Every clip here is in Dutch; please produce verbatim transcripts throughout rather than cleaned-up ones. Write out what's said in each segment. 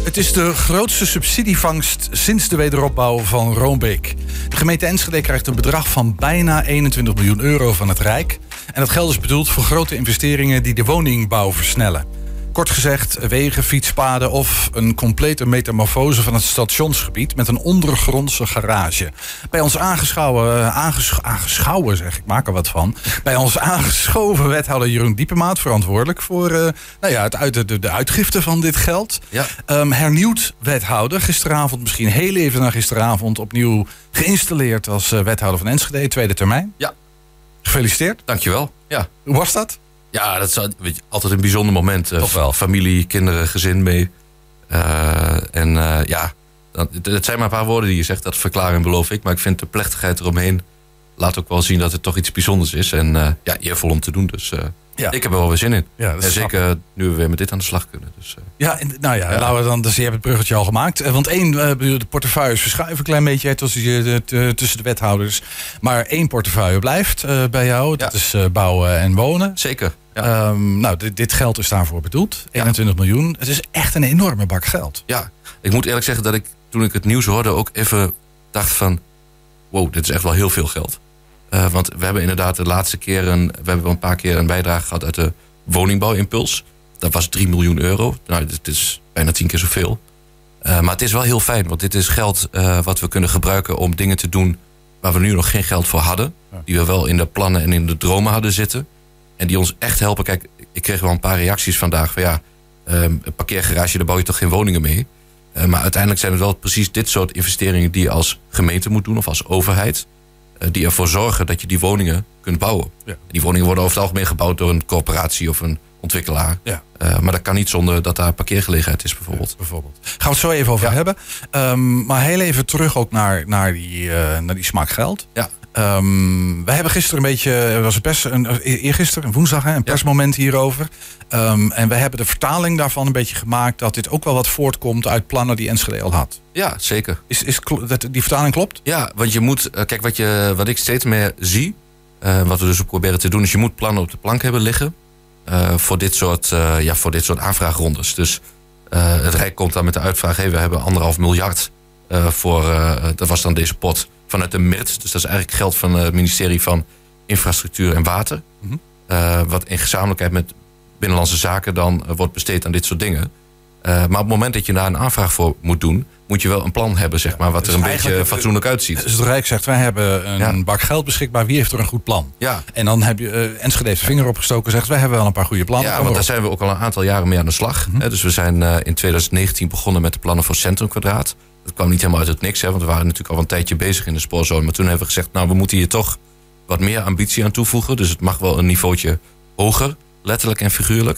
Het is de grootste subsidievangst sinds de wederopbouw van Roombeek. De gemeente Enschede krijgt een bedrag van bijna eenentwintig miljoen euro van het Rijk. En dat geld is bedoeld voor grote investeringen die de woningbouw versnellen. Kort gezegd, wegen, fietspaden of een complete metamorfose van het stationsgebied met een ondergrondse garage. Bij ons aangeschouwen, aanges, aangeschouwen zeg ik, maak er wat van. Bij ons aangeschoven wethouder Jeroen Diepemaat, verantwoordelijk voor uh, nou ja, het uit, de, de uitgifte van dit geld. Ja. Um, hernieuwd wethouder, gisteravond, misschien heel even na gisteravond, opnieuw geïnstalleerd als uh, wethouder van Enschede, tweede termijn. Ja. Gefeliciteerd. Dankjewel. Ja. Hoe was dat? Ja, dat is weet je, altijd een bijzonder moment. Toch wel. Familie, kinderen, gezin mee. Uh, en uh, ja, het zijn maar een paar woorden die je zegt. Dat verklaar en beloof ik. Maar ik vind de plechtigheid eromheen laat ook wel zien dat het toch iets bijzonders is. En uh, ja, eervol om te doen. Dus uh, ja. ik heb er wel weer zin in. Ja, en zeker nu we weer met dit aan de slag kunnen. Dus, uh, ja, en, nou ja, ja. Laten we dan, dus je hebt het bruggetje al gemaakt. Want één, uh, de portefeuilles verschuiven een klein beetje tussen de, de, tussen de wethouders. Maar één portefeuille blijft uh, bij jou. Ja. Dat is uh, bouwen en wonen. Zeker. Ja. Um, nou, dit, dit geld is daarvoor bedoeld. eenentwintig ja. miljoen. Het is echt een enorme bak geld. Ja, ik moet eerlijk zeggen dat ik toen ik het nieuws hoorde ook even dacht van, wow, dit is echt wel heel veel geld. Uh, want we hebben inderdaad de laatste keer een, we hebben wel een paar keer een bijdrage gehad uit de woningbouwimpuls. Dat was drie miljoen euro. Nou, dit is bijna tien keer zoveel. Uh, maar het is wel heel fijn, want dit is geld uh, wat we kunnen gebruiken om dingen te doen waar we nu nog geen geld voor hadden. Ja. Die we wel in de plannen en in de dromen hadden zitten. En die ons echt helpen. Kijk, ik kreeg wel een paar reacties vandaag van ja, um, een parkeergarage, daar bouw je toch geen woningen mee. Uh, maar uiteindelijk zijn het wel precies dit soort investeringen die je als gemeente moet doen of als overheid. Uh, die ervoor zorgen dat je die woningen kunt bouwen. Ja. En die woningen worden over het algemeen gebouwd door een corporatie of een ontwikkelaar. Ja. Uh, maar dat kan niet zonder dat daar parkeergelegenheid is bijvoorbeeld. Ja, bijvoorbeeld. Gaan we het zo even over ja. hebben. Um, maar heel even terug ook naar, naar, die, uh, naar die smaak geld. Ja. Um, wij hebben gisteren een beetje, er was een pers, een, eergisteren, een woensdag, hè, een persmoment hierover. Um, en wij hebben de vertaling daarvan een beetje gemaakt dat dit ook wel wat voortkomt uit plannen die Enschede al had. Ja, zeker. Is, is dat, die vertaling klopt? Ja, want je moet, kijk wat, je, wat ik steeds meer zie, uh, wat we dus ook proberen te doen, is je moet plannen op de plank hebben liggen uh, voor, dit soort, uh, ja, voor dit soort aanvraagrondes. Dus uh, het Rijk komt dan met de uitvraag, hey, we hebben anderhalf miljard uh, voor, uh, dat was dan deze pot vanuit de M I R T. Dus dat is eigenlijk geld van het ministerie van Infrastructuur en Water. Mm-hmm. Uh, wat in gezamenlijkheid met Binnenlandse Zaken dan uh, wordt besteed aan dit soort dingen. Uh, maar op het moment dat je daar een aanvraag voor moet doen, moet je wel een plan hebben, zeg maar, wat dus er een beetje fatsoenlijk uitziet. Dus het Rijk zegt, wij hebben een ja. bak geld beschikbaar, wie heeft er een goed plan? Ja. En dan heb je uh, Enschede heeft de vinger opgestoken en zegt, wij hebben wel een paar goede plannen. Ja, want daar zijn we ook al een aantal jaren mee aan de slag. Mm-hmm. Dus we zijn uh, in twintig negentien begonnen met de plannen voor Centrumkwadraat. Dat kwam niet helemaal uit het niks, hè, want we waren natuurlijk al een tijdje bezig in de spoorzone. Maar toen hebben we gezegd, nou, we moeten hier toch wat meer ambitie aan toevoegen. Dus het mag wel een niveautje hoger, letterlijk en figuurlijk.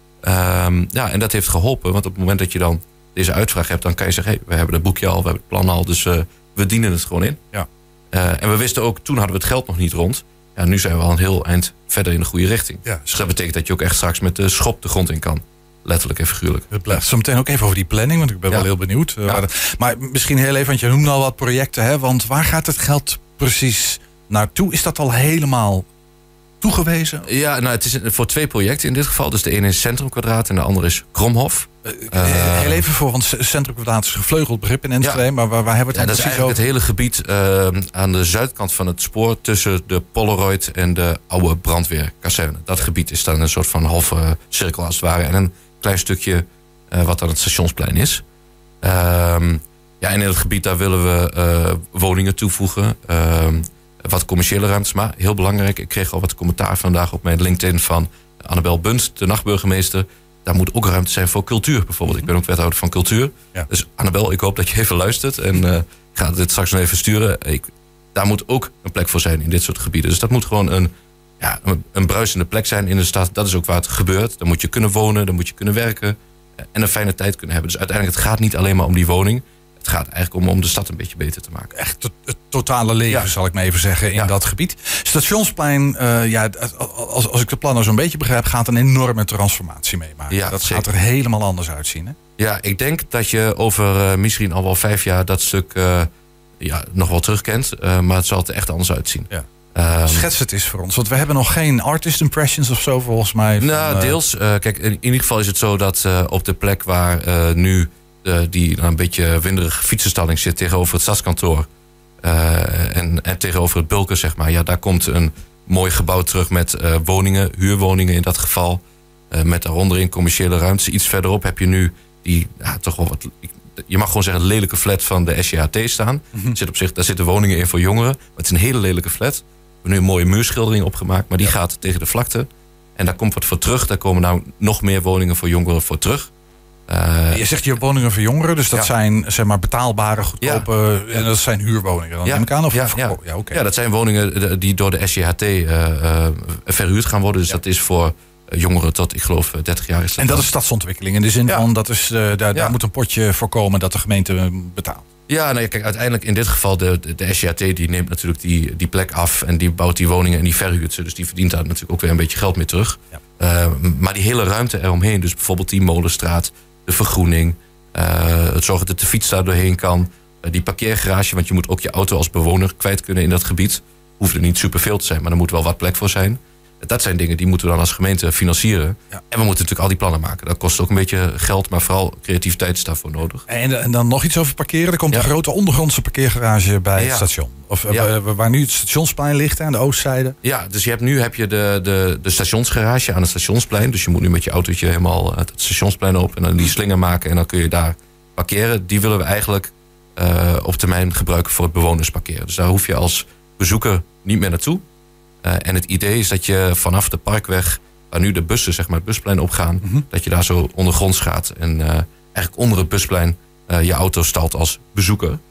Um, ja, en dat heeft geholpen, want op het moment dat je dan deze uitvraag hebt, dan kan je zeggen, hey, we hebben het boekje al, we hebben het plan al, dus uh, we dienen het gewoon in. Ja. Uh, en we wisten ook, toen hadden we het geld nog niet rond. Ja, nu zijn we al een heel eind verder in de goede richting. Ja. Dus dat betekent dat je ook echt straks met de schop de grond in kan. Letterlijk en figuurlijk. Het blijft zo meteen ook even over die planning, want ik ben ja. wel heel benieuwd. Ja. Maar misschien heel even, want je noemde al wat projecten, hè? Want waar gaat het geld precies naartoe? Is dat al helemaal toegewezen? Ja, nou, het is voor twee projecten in dit geval. Dus de ene is Centrumkwadraat en de andere is Kromhof. Uh, uh, heel even voor, want Centrumkwadraat is een gevleugeld begrip in Enschede. Ja. Maar waar, waar hebben we het ja, dan precies over? Dat is eigenlijk het hele gebied uh, aan de zuidkant van het spoor tussen de Polaroid en de oude brandweerkazerne. Dat gebied is dan een soort van halve cirkel als het ware. En een klein stukje uh, wat dan het stationsplein is. Uh, ja, en in het gebied daar willen we uh, woningen toevoegen. Uh, wat commerciële ruimtes, maar heel belangrijk. Ik kreeg al wat commentaar vandaag op mijn LinkedIn van Annabel Bunt, de nachtburgemeester. Daar moet ook ruimte zijn voor cultuur bijvoorbeeld. Ik ben ook wethouder van cultuur. Ja. Dus Annabel, ik hoop dat je even luistert. En uh, ik ga dit straks nog even sturen. Ik, daar moet ook een plek voor zijn in dit soort gebieden. Dus dat moet gewoon een, ja, een, een bruisende plek zijn in de stad. Dat is ook waar het gebeurt. Dan moet je kunnen wonen, dan moet je kunnen werken. En een fijne tijd kunnen hebben. Dus uiteindelijk, het gaat niet alleen maar om die woning. Het gaat eigenlijk om, om de stad een beetje beter te maken. Echt het, het totale leven, ja. zal ik maar even zeggen, in ja. dat gebied. Stationsplein, uh, ja, als, als ik de plannen zo'n beetje begrijp, gaat een enorme transformatie meemaken. Ja, dat zeker. Gaat er helemaal anders uitzien, hè? Ja, ik denk dat je over uh, misschien al wel vijf jaar dat stuk uh, ja, nog wel terugkent. Uh, maar het zal er echt anders uitzien. Ja. Um, Schets het eens voor ons, want we hebben nog geen artist impressions of zo volgens mij. Van, nou, deels. Uh, kijk, in, in ieder geval is het zo dat uh, op de plek waar uh, nu uh, die een beetje winderige fietsenstalling zit tegenover het stadskantoor. Uh, en, en tegenover het Bulken, zeg maar. Ja, daar komt een mooi gebouw terug met uh, woningen, huurwoningen in dat geval. Uh, met daaronder in commerciële ruimtes. Iets verderop heb je nu die, ja, toch wel wat... Je mag gewoon zeggen, een lelijke flat van de S J H T staan. Mm-hmm. Zit op zich, daar zitten woningen in voor jongeren. Maar het is een hele lelijke flat. We hebben nu een mooie muurschildering opgemaakt. Maar die ja. gaat tegen de vlakte. En daar komt wat voor terug. Daar komen nou nog meer woningen voor jongeren voor terug. Uh, je zegt je woningen voor jongeren. Dus dat ja. zijn zeg maar betaalbare, goedkope... Ja. En dat zijn huurwoningen dan, ja. neem ik aan? Of ja, ja. Ja, okay. ja, dat zijn woningen die door de S J H T uh, uh, verhuurd gaan worden. Dus ja. dat is voor... jongeren tot, ik geloof, dertig jaar is dat. En dat is stadsontwikkeling. In de zin ja. van, dat is, uh, daar, daar ja. moet een potje voor komen dat de gemeente betaalt. Ja, nou ja, kijk, uiteindelijk in dit geval, de, de, de S J H T die neemt natuurlijk die, die plek af en die bouwt die woningen en die verhuurt ze. Dus die verdient daar natuurlijk ook weer een beetje geld mee terug. Ja. Uh, maar die hele ruimte eromheen, dus bijvoorbeeld die Molenstraat, de vergroening, uh, het zorgen dat de fiets daar doorheen kan, uh, die parkeergarage, want je moet ook je auto als bewoner kwijt kunnen in dat gebied. Hoeft er niet superveel te zijn, maar er moet wel wat plek voor zijn. Dat zijn dingen die moeten we dan als gemeente financieren. Ja. En we moeten natuurlijk al die plannen maken. Dat kost ook een beetje geld, maar vooral creativiteit is daarvoor nodig. En, en dan nog iets over parkeren. Er komt ja. een grote ondergrondse parkeergarage bij ja. het station. Of ja. waar nu het stationsplein ligt aan de oostzijde. Ja, dus je hebt, nu heb je de, de, de stationsgarage aan het stationsplein. Dus je moet nu met je autootje helemaal het stationsplein op en dan die slinger maken en dan kun je daar parkeren. Die willen we eigenlijk uh, op termijn gebruiken voor het bewonersparkeren. Dus daar hoef je als bezoeker niet meer naartoe. Uh, en het idee is dat je vanaf de Parkweg, waar nu de bussen zeg maar het busplein opgaan, mm-hmm. dat je daar zo ondergronds gaat. En uh, eigenlijk onder het busplein uh, je auto stalt als bezoeker. Um,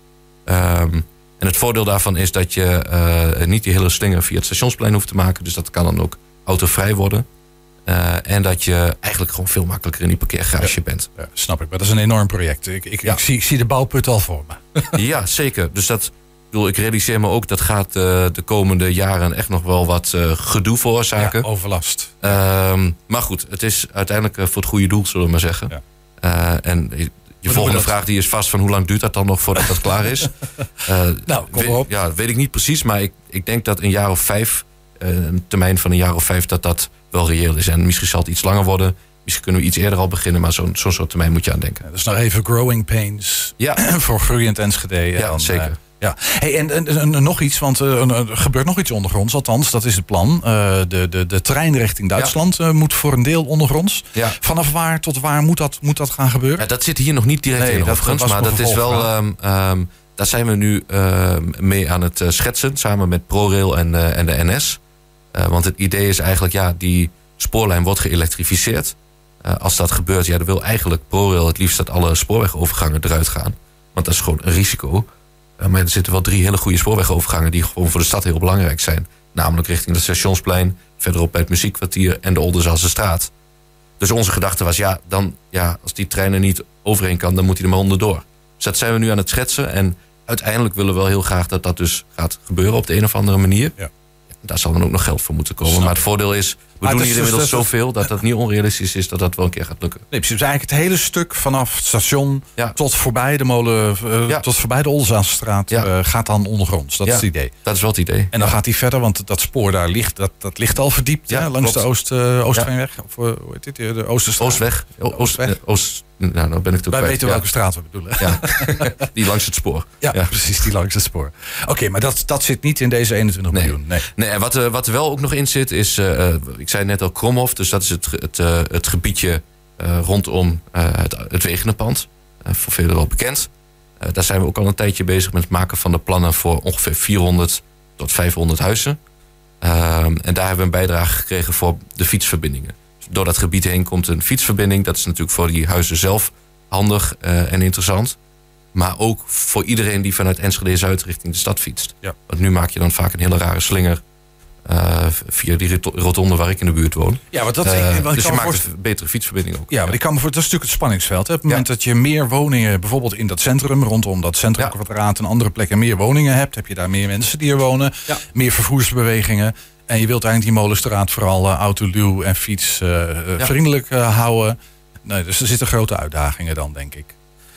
en het voordeel daarvan is dat je uh, niet die hele slinger via het stationsplein hoeft te maken. Dus dat kan dan ook autovrij worden. Uh, en dat je eigenlijk gewoon veel makkelijker in die parkeergarage ja, bent. Ja, snap ik, maar dat is een enorm project. Ik, ik, ja. ik, zie, ik zie de bouwput al voor me. Ja, zeker. Dus dat... Ik realiseer me ook, dat gaat uh, de komende jaren echt nog wel wat uh, gedoe veroorzaken. Ja, overlast. Um, maar goed, het is uiteindelijk uh, voor het goede doel, zullen we maar zeggen. Ja. Uh, en je Hoe volgende vraag die is vast van hoe lang duurt dat dan nog voordat dat klaar is? Uh, nou, kom op. We, ja, weet ik niet precies, maar ik, ik denk dat een jaar of vijf, uh, een termijn van een jaar of vijf, dat dat wel reëel is. En misschien zal het iets langer worden. Misschien kunnen we iets eerder al beginnen, maar zo'n zo'n soort termijn moet je aan denken. Ja, dus nog even growing pains ja. voor groeiend Enschede. Ja, dan, zeker. Uh, Ja, hey, en, en, en nog iets, want uh, er gebeurt nog iets ondergronds. Althans, dat is het plan. Uh, de, de, de trein richting Duitsland ja. uh, moet voor een deel ondergronds. Ja. Vanaf waar tot waar moet dat, moet dat gaan gebeuren? Ja, dat zit hier nog niet direct nee, in overigens. Maar dat is wel. Um, um, daar zijn we nu uh, mee aan het uh, schetsen. Samen met ProRail en, uh, en de N S. Uh, want het idee is eigenlijk, ja, die spoorlijn wordt geëlektrificeerd. Uh, als dat gebeurt, ja, dan wil eigenlijk ProRail het liefst dat alle spoorwegovergangen eruit gaan. Want dat is gewoon een risico. Uh, maar er zitten wel drie hele goede spoorwegovergangen die gewoon voor de stad heel belangrijk zijn. Namelijk richting het Stationsplein, verderop bij het Muziekkwartier en de Oldenzaanse straat. Dus onze gedachte was, ja, dan, ja, als die trein er niet overheen kan, dan moet hij er maar onderdoor. Dus dat zijn we nu aan het schetsen. En uiteindelijk willen we wel heel graag dat dat dus gaat gebeuren op de een of andere manier. Ja. Daar zal dan ook nog geld voor moeten komen. Snap. Maar het voordeel is, we maar doen hier inmiddels dus zoveel dat het niet onrealistisch is dat dat wel een keer gaat lukken. Nee, precies. Eigenlijk het hele stuk vanaf het station ja. tot voorbij de molen, uh, ja. tot voorbij de Oldenzaanstraat ja. uh, gaat dan ondergronds. Dat ja. is het idee. Dat is wel het idee. En dan ja. gaat hij verder, want dat spoor daar ligt, dat, dat ligt al verdiept ja, hè, langs klopt. de Oost, uh, Oostveenweg. Ja. Of uh, hoe heet dit? De Oosterstraat. Oostweg. O- Oostweg. Uh, Oost. Nou, nou ben ik Wij weten ja. welke straat we bedoelen. Ja. Die langs het spoor. Ja, ja. precies, die langs het spoor. Oké, okay, maar dat, dat zit niet in deze eenentwintig nee. miljoen. Nee, nee en wat, uh, wat er wel ook nog in zit is, uh, ik zei net al Kromhof, dus dat is het, het, uh, het gebiedje uh, rondom uh, het, het Wegenenpand. Uh, voor velen wel bekend. Uh, daar zijn we ook al een tijdje bezig met het maken van de plannen voor ongeveer vierhonderd tot vijfhonderd huizen. Uh, en daar hebben we een bijdrage gekregen voor de fietsverbindingen. Door dat gebied heen komt een fietsverbinding. Dat is natuurlijk voor die huizen zelf handig uh, en interessant. Maar ook voor iedereen die vanuit Enschede-Zuid richting de stad fietst. Ja. Want nu maak je dan vaak een hele rare slinger uh, via die rotonde waar ik in de buurt woon. Ja, want dat, uh, ik, dus je maakt voor... een betere fietsverbinding ook. Ja, maar ik kan me voor, dat is natuurlijk het spanningsveld. Hè? Op het ja. moment dat je meer woningen, bijvoorbeeld in dat centrum, rondom dat centrumkwadraat en andere plekken meer woningen hebt, heb je daar meer mensen die er wonen, ja. meer vervoersbewegingen. En je wilt eigenlijk die Molenstraat vooral uh, autoluw en fiets uh, ja. vriendelijk uh, houden. Nee, dus er zitten grote uitdagingen dan, denk ik.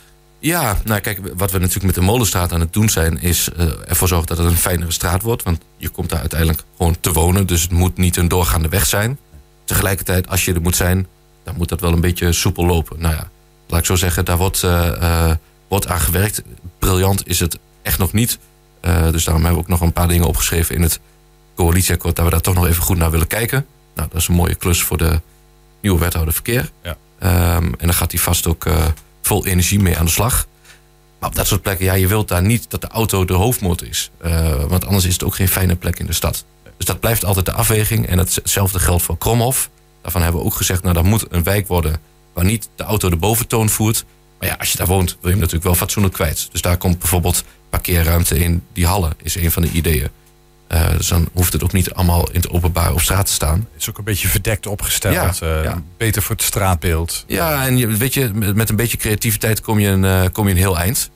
Ja, nou kijk, wat we natuurlijk met de Molenstraat aan het doen zijn, is uh, ervoor zorgen dat het een fijnere straat wordt. Want je komt daar uiteindelijk gewoon te wonen, dus het moet niet een doorgaande weg zijn. Tegelijkertijd, als je er moet zijn, dan moet dat wel een beetje soepel lopen. Nou ja, laat ik zo zeggen, daar wordt, uh, uh, wordt aan gewerkt. Briljant is het echt nog niet. Uh, dus daarom hebben we ook nog een paar dingen opgeschreven in het coalitieakkoord, dat we daar toch nog even goed naar willen kijken. Nou, dat is een mooie klus voor de nieuwe wethouder verkeer. Ja. Um, en dan gaat hij vast ook uh, vol energie mee aan de slag. Maar op dat soort plekken, ja, je wilt daar niet dat de auto de hoofdmoot is. Uh, want anders is het ook geen fijne plek in de stad. Dus dat blijft altijd de afweging. En hetzelfde geldt voor Kromhof. Daarvan hebben we ook gezegd, nou, dat moet een wijk worden waar niet de auto de boventoon voert. Maar ja, als je daar woont, wil je hem natuurlijk wel fatsoenlijk kwijt. Dus daar komt bijvoorbeeld parkeerruimte in die hallen, is een van de ideeën. Uh, dus dan hoeft het ook niet allemaal in het openbaar op straat te staan. Het is ook een beetje verdekt opgesteld. Ja, uh, ja. Beter voor het straatbeeld. Ja, en je, weet je, met een beetje creativiteit kom je een, uh, kom je een heel eind.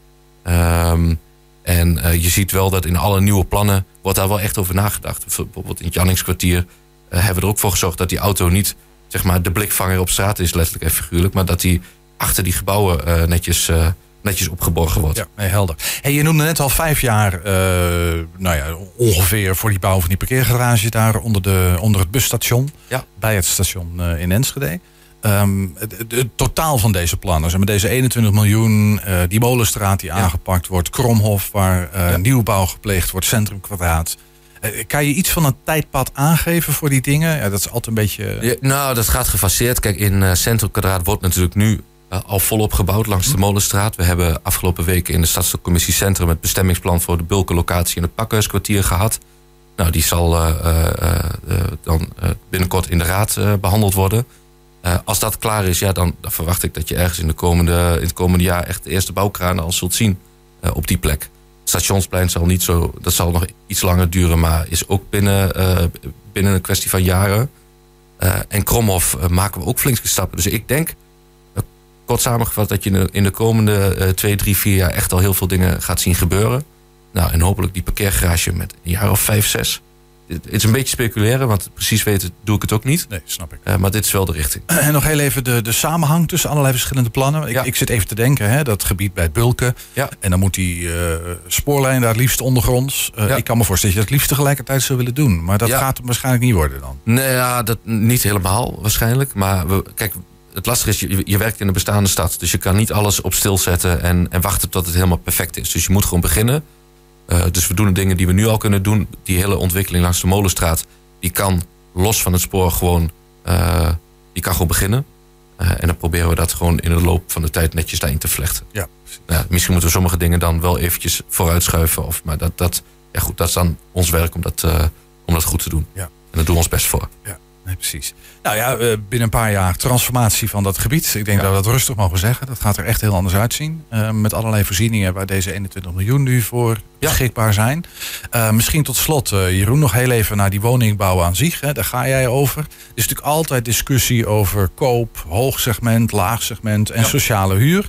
Um, en uh, je ziet wel dat in alle nieuwe plannen wordt daar wel echt over nagedacht. Bijvoorbeeld in het Janningskwartier uh, hebben we er ook voor gezorgd dat die auto niet, zeg maar, de blikvanger op straat is, letterlijk en figuurlijk, maar dat die achter die gebouwen uh, netjes, uh, netjes opgeborgen wordt. Ja, nee, helder. Hey, je noemde net al vijf jaar uh, nou ja, ongeveer voor die bouw van die parkeergarage daar onder, de, onder het busstation. Ja. Bij het station uh, in Enschede. Um, het, het totaal van deze plannen, met deze eenentwintig miljoen, uh, die Molenstraat die ja. aangepakt wordt, Kromhof waar uh, ja. nieuwbouw gepleegd wordt, Centrumkwadraat. Uh, kan je iets van een tijdpad aangeven voor die dingen? Ja, dat is altijd een beetje... Ja, nou, dat gaat gefaseerd. Kijk, in uh, Centrumkwadraat wordt natuurlijk nu uh, al volop gebouwd langs de Molenstraat. We hebben afgelopen weken in de Stadscommissie Centrum het bestemmingsplan voor de bulkenlocatie in het Pakhuiskwartier gehad. Nou, die zal uh, uh, uh, dan uh, binnenkort in de raad uh, behandeld worden. Uh, als dat klaar is, ja, dan, dan verwacht ik dat je ergens in, de komende, in het komende jaar echt de eerste bouwkranen al zult zien uh, op die plek. Het Stationsplein zal niet zo, dat zal nog iets langer duren, maar is ook binnen, uh, binnen een kwestie van jaren. Uh, en Kromhof uh, maken we ook flinke stappen. Dus ik denk, uh, kort samengevat, dat je in de komende uh, twee, drie, vier jaar echt al heel veel dingen gaat zien gebeuren. Nou, en hopelijk die parkeergarage met een jaar of vijf, zes. Het is een beetje speculeren, want precies weten doe ik het ook niet. Nee, snap ik. Uh, maar dit is wel de richting. En nog heel even de, de samenhang tussen allerlei verschillende plannen. Ik, ja. ik zit even te denken, hè, dat gebied bij het Bulken. Ja. En dan moet die uh, spoorlijn daar het liefst ondergronds. Uh, ja. Ik kan me voorstellen dat je dat liefst tegelijkertijd zou willen doen. Maar dat ja. gaat het waarschijnlijk niet worden dan. Nee, ja, dat niet helemaal waarschijnlijk. Maar we, kijk, het lastige is, je, je werkt in een bestaande stad. Dus je kan niet alles op stil zetten en, en wachten tot het helemaal perfect is. Dus je moet gewoon beginnen. Uh, dus we doen de dingen die we nu al kunnen doen. Die hele ontwikkeling langs de Molenstraat, die kan los van het spoor gewoon, uh, die kan gewoon beginnen. Uh, en dan proberen we dat gewoon in de loop van de tijd netjes daarin te vlechten. Ja. Uh, misschien moeten we sommige dingen dan wel eventjes vooruitschuiven. Of, maar dat, dat, ja goed, dat is dan ons werk om dat, uh, om dat goed te doen. Ja. En daar doen we ons best voor. Ja. Nee, precies. Nou ja, binnen een paar jaar transformatie van dat gebied. Ik denk ja. dat we dat rustig mogen zeggen. Dat gaat er echt heel anders uitzien. Uh, met allerlei voorzieningen waar deze eenentwintig miljoen nu voor ja. beschikbaar zijn. Uh, misschien tot slot, uh, Jeroen, nog heel even naar die woningbouw aan zich. Hè. Daar ga jij over. Er is natuurlijk altijd discussie over koop, hoog segment, laag segment en ja. sociale huur.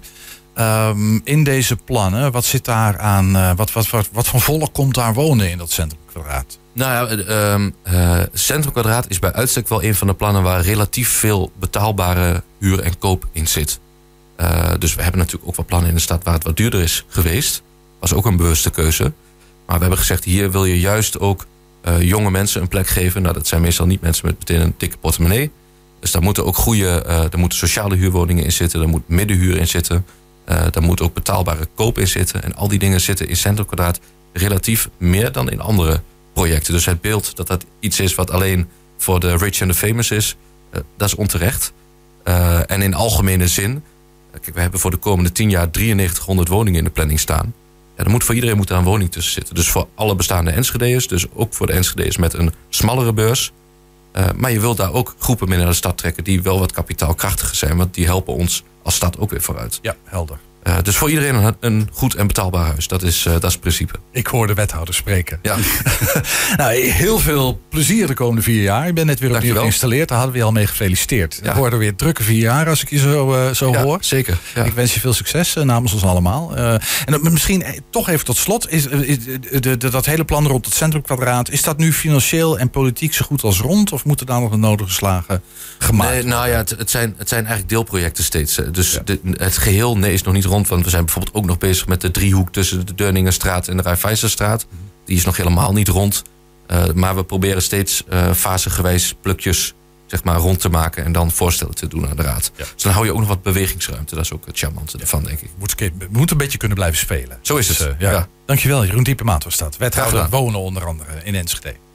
Um, in deze plannen, wat zit daar aan, uh, wat, wat, wat, wat voor volk komt daar wonen in dat centrumkwadraat? Nou ja, um, uh, Centrumkwadraat is bij uitstek wel een van de plannen waar relatief veel betaalbare huur en koop in zit. Uh, dus we hebben natuurlijk ook wel plannen in de stad waar het wat duurder is geweest. Was ook een bewuste keuze. Maar we hebben gezegd, hier wil je juist ook uh, jonge mensen een plek geven. Nou, dat zijn meestal niet mensen met meteen een dikke portemonnee. Dus daar moeten ook goede, uh, daar moeten sociale huurwoningen in zitten. Daar moet middenhuur in zitten. Uh, daar moet ook betaalbare koop in zitten. En al die dingen zitten in Centrumkwadraat relatief meer dan in andere projecten. Dus het beeld dat dat iets is wat alleen voor de rich en de famous is, uh, dat is onterecht. Uh, en in algemene zin, uh, kijk, we hebben voor de komende tien jaar drieënnegentighonderd woningen in de planning staan. Ja, er moet voor iedereen moet er een woning tussen zitten. Dus voor alle bestaande Enschede'ers, dus ook voor de Enschede'ers met een smallere beurs. Uh, maar je wilt daar ook groepen mee naar de stad trekken die wel wat kapitaalkrachtiger zijn, want die helpen ons als stad ook weer vooruit. Ja, helder. Uh, dus voor iedereen een, een goed en betaalbaar huis. Dat is, uh, dat is het principe. Ik hoor de wethouder spreken. Ja. Nou, heel veel plezier de komende vier jaar. Ik ben net weer opnieuw geïnstalleerd. Daar hadden we je al mee gefeliciteerd. Ja. Het worden weer drukke vier jaar als ik je zo, uh, zo ja, hoor. Zeker. Ja. Ik wens je veel succes uh, namens ons allemaal. Uh, en misschien eh, toch even tot slot. Is, is de, de, de, dat hele plan rond het Centrumkwadraat, is dat nu financieel en politiek zo goed als rond? Of moeten daar nog de nodige slagen gemaakt worden? Nee, nou ja, het, het, zijn, het zijn eigenlijk deelprojecten steeds. Dus ja. de, het geheel nee, is nog niet rond. Want we zijn bijvoorbeeld ook nog bezig met de driehoek tussen de Deurningenstraat en de Raiffeisenstraat. Die is nog helemaal niet rond. Uh, maar we proberen steeds uh, fasegewijs plukjes zeg maar, rond te maken en dan voorstellen te doen aan de raad. Ja. Dus dan hou je ook nog wat bewegingsruimte. Dat is ook het charmante ervan, denk ik. Moet, moet een beetje kunnen blijven spelen. Zo is het. Dus, uh, ja. Ja. Dankjewel, Jeroen Diepemaat was dat. Wethouder Graag gedaan. wonen onder andere in Enschede.